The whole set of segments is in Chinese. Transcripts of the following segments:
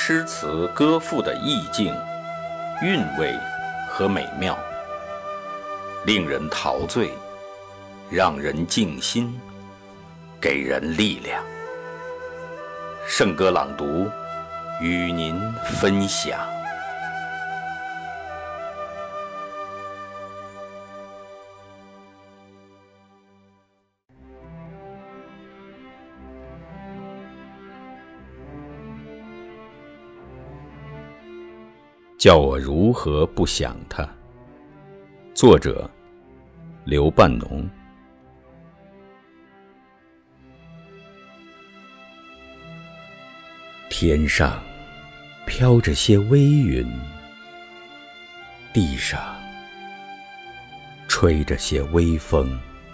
诗词歌赋的意境、韵味和美妙，令人陶醉，让人静心，给人力量。圣歌朗读与您分享。叫我如何不想他。作者刘半农。天上飘着些微云，地上吹着些微风。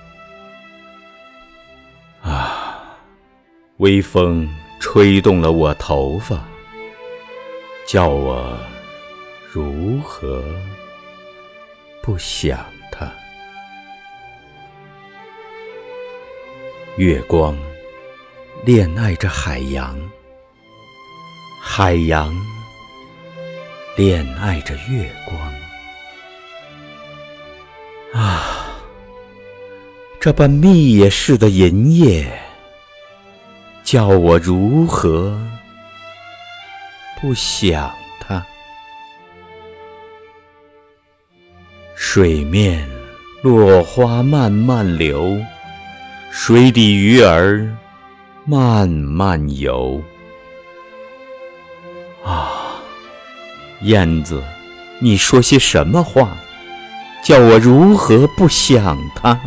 微风吹动了我头发，叫我如何不想他。月光恋爱着海洋，海洋恋爱着月光。这般蜜也似的银叶，叫我如何不想它。水面落花慢慢流，水底鱼儿慢慢游。燕子，你说些什么话，叫我如何不想它。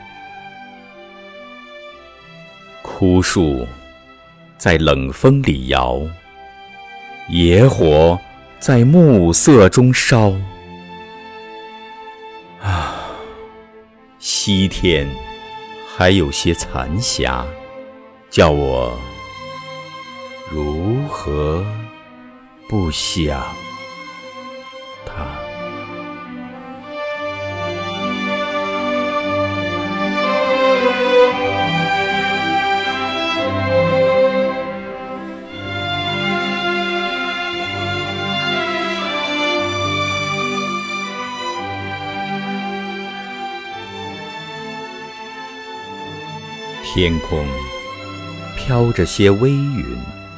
枯树在冷风里摇，野火在暮色中烧。西天还有些残霞，叫我如何不想它。天空飘着些微云，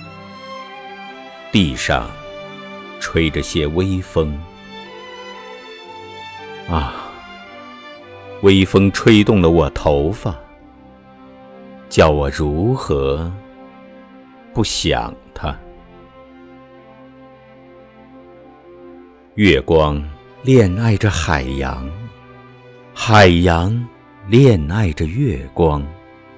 地上吹着些微风。微风吹动了我头发，叫我如何不想它。月光恋爱着海洋，海洋恋爱着月光。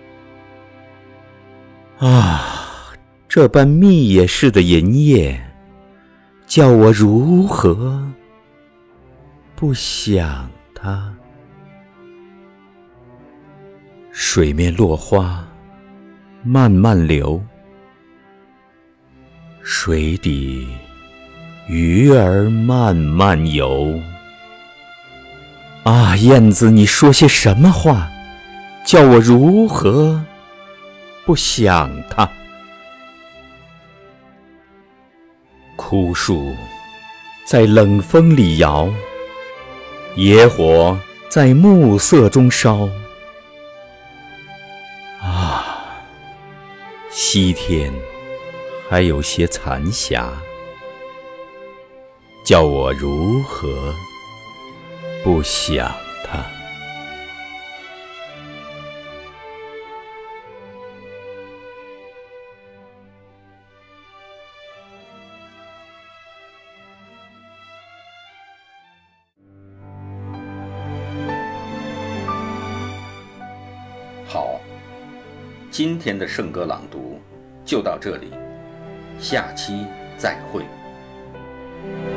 这般蜜也似的银叶，叫我如何不想它。水面落花慢慢流，水底鱼儿慢慢游。燕子，你说些什么话，叫我如何不想它。枯树在冷风里摇，野火在暮色中烧。西天还有些残霞，叫我如何不想它。好，今天的圣歌朗读就到这里，下期再会。